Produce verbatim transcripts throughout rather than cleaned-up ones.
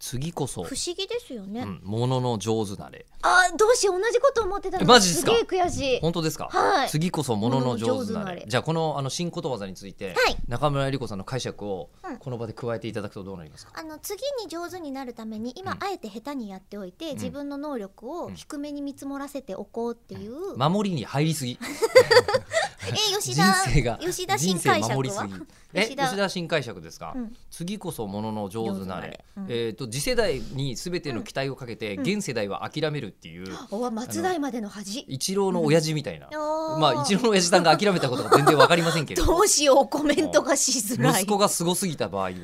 次こそ不思議ですよね、 うん、ものの上手なれ。 あ、どうしよう、同じこと思ってたの。 マジですか。 すげえ悔しい。 本当ですか。 はい、 次こそものの上手なれ。 ものの上手なれ。 じゃあこのあの新ことわざについて、 はい、 中村江里子さんの解釈をうんこの場で加えていただくとどうなりますか。 あの次に上手になるために今、 うん、 あえて下手にやっておいて、うん、自分の能力を低めに見積もらせておこうっていう、 うん、守りに入りすぎえ吉田人生が吉田新解釈はえ吉田新解釈ですか、うん、次こそものの上手なれ、うん、えー、と次世代に全ての期待をかけて、うん、現世代は諦めるっていう、 うん、松代までの恥、 一郎の親父みたいな、うん、まあ一郎の親父さんが諦めたことが全然わかりませんけどどうしよう、コメントがしづらい。 息子がすごすぎた場合は、うん、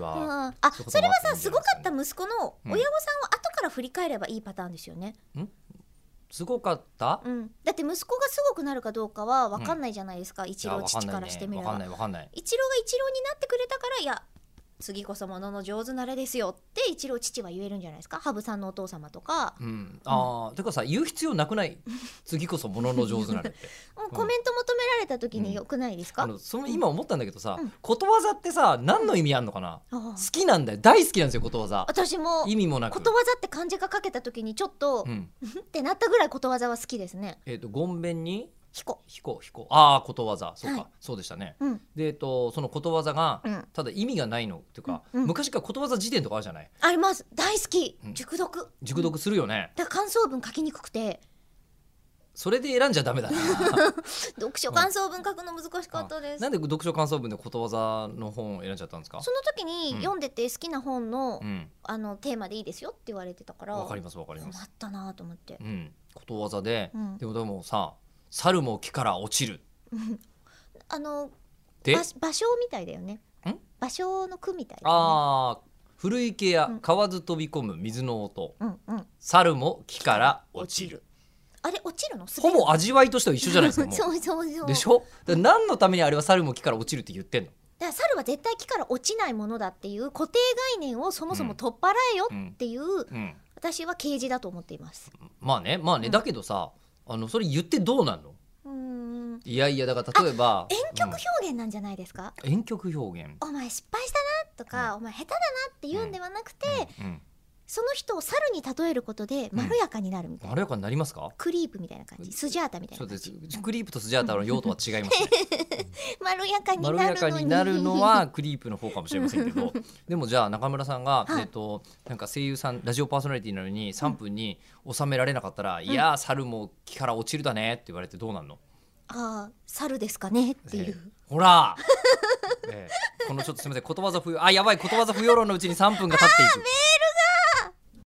あ、それはさ、すごかった息子の親御さんを後から振り返ればいいパターンですよね、 うん、すごかった、 うん、だって息子がすごくなるかどうかは分かんないじゃないですか、うん、一郎父からしてみれば。 分かんない分かんない。 一郎が一郎になってくれたから、いや次こそものの上手なれですよって一郎父は言えるんじゃないですか、羽生さんのお父様とか、 うん、あ、うん、てかさ、言う必要なくない。次こそものの上手なれってもうコメント求められた時によくないですか、 うん、あのその今思ったんだけどさ、 うん、 ことわざってさ、何の意味あんのかな、うん、好きなんだよ、大好きなんですよことわざ。 私も意味もなくことわざって漢字が書けた時にちょっと、うん、ってなったぐらいことわざは好きですね。 えっとごんべんに彦彦彦、ああことわざ、そうか、はい、そうでしたね、 うん、 で、えっと、そのことわざが、うん、ただ意味がないのっていうか、うん、昔からことわざ辞典とかあるじゃない。 あります、大好き、うん、熟読熟読するよね、 うん、だから感想文書きにくくてそれで選んじゃダメだな読書感想文書くの難しかったです。 なんで読書感想文でことわざの本を選んじゃったんですか。 その時に読んでて好きな本の、 うん、 あのテーマでいいですよって言われてたから、 わかりますわかります。 困ったなと思って、 うん、ことわざで、うん、でもでもさ、猿も木から落ちるあので場所みたいだよね。ん場所の句みたいだよね。 あー、古池や河津飛び込む水の音、 うんうん、 猿も木から落ちる。 あれ落ちるの？ ほぼ味わいとしては一緒じゃないですか。もうそうそうそうでしょ。だ何のためにあれは猿も木から落ちるって言ってんの。 だから猿は絶対木から落ちないものだっていう固定概念をそもそも取っ払えよっていう、うんうん、私は啓示だと思っています。 まあねまあね、うん、だけどさ、あのそれ言ってどうなんの。うーん、いやいや、だから例えば婉曲表現なんじゃないですか、 うん、婉曲表現。 お前失敗したなとか、うん、お前下手だなって言うんではなくて、うんうんうん、その人を猿に例えることでまろやかになるみたいな、 うん、まろやかになりますか。 クリープみたいな感じ、スジャータみたいな感じ。 そうです。クリープとスジャータの用途は違いますねまろやかになるのに、 まろやかになるのはクリープの方かもしれませんけどでもじゃあ中村さんが、はい、えーと、なんか声優さんラジオパーソナリティなのにさんぷんに収められなかったら、うん、いやー猿も木から落ちるだねって言われてどうなんの。 ああ猿ですかねっていう、えー、 ほら、えー、このちょっとすみません、ことわざ不要、あやばい、ことわざ不要論のうちにさんぷんが経っていく。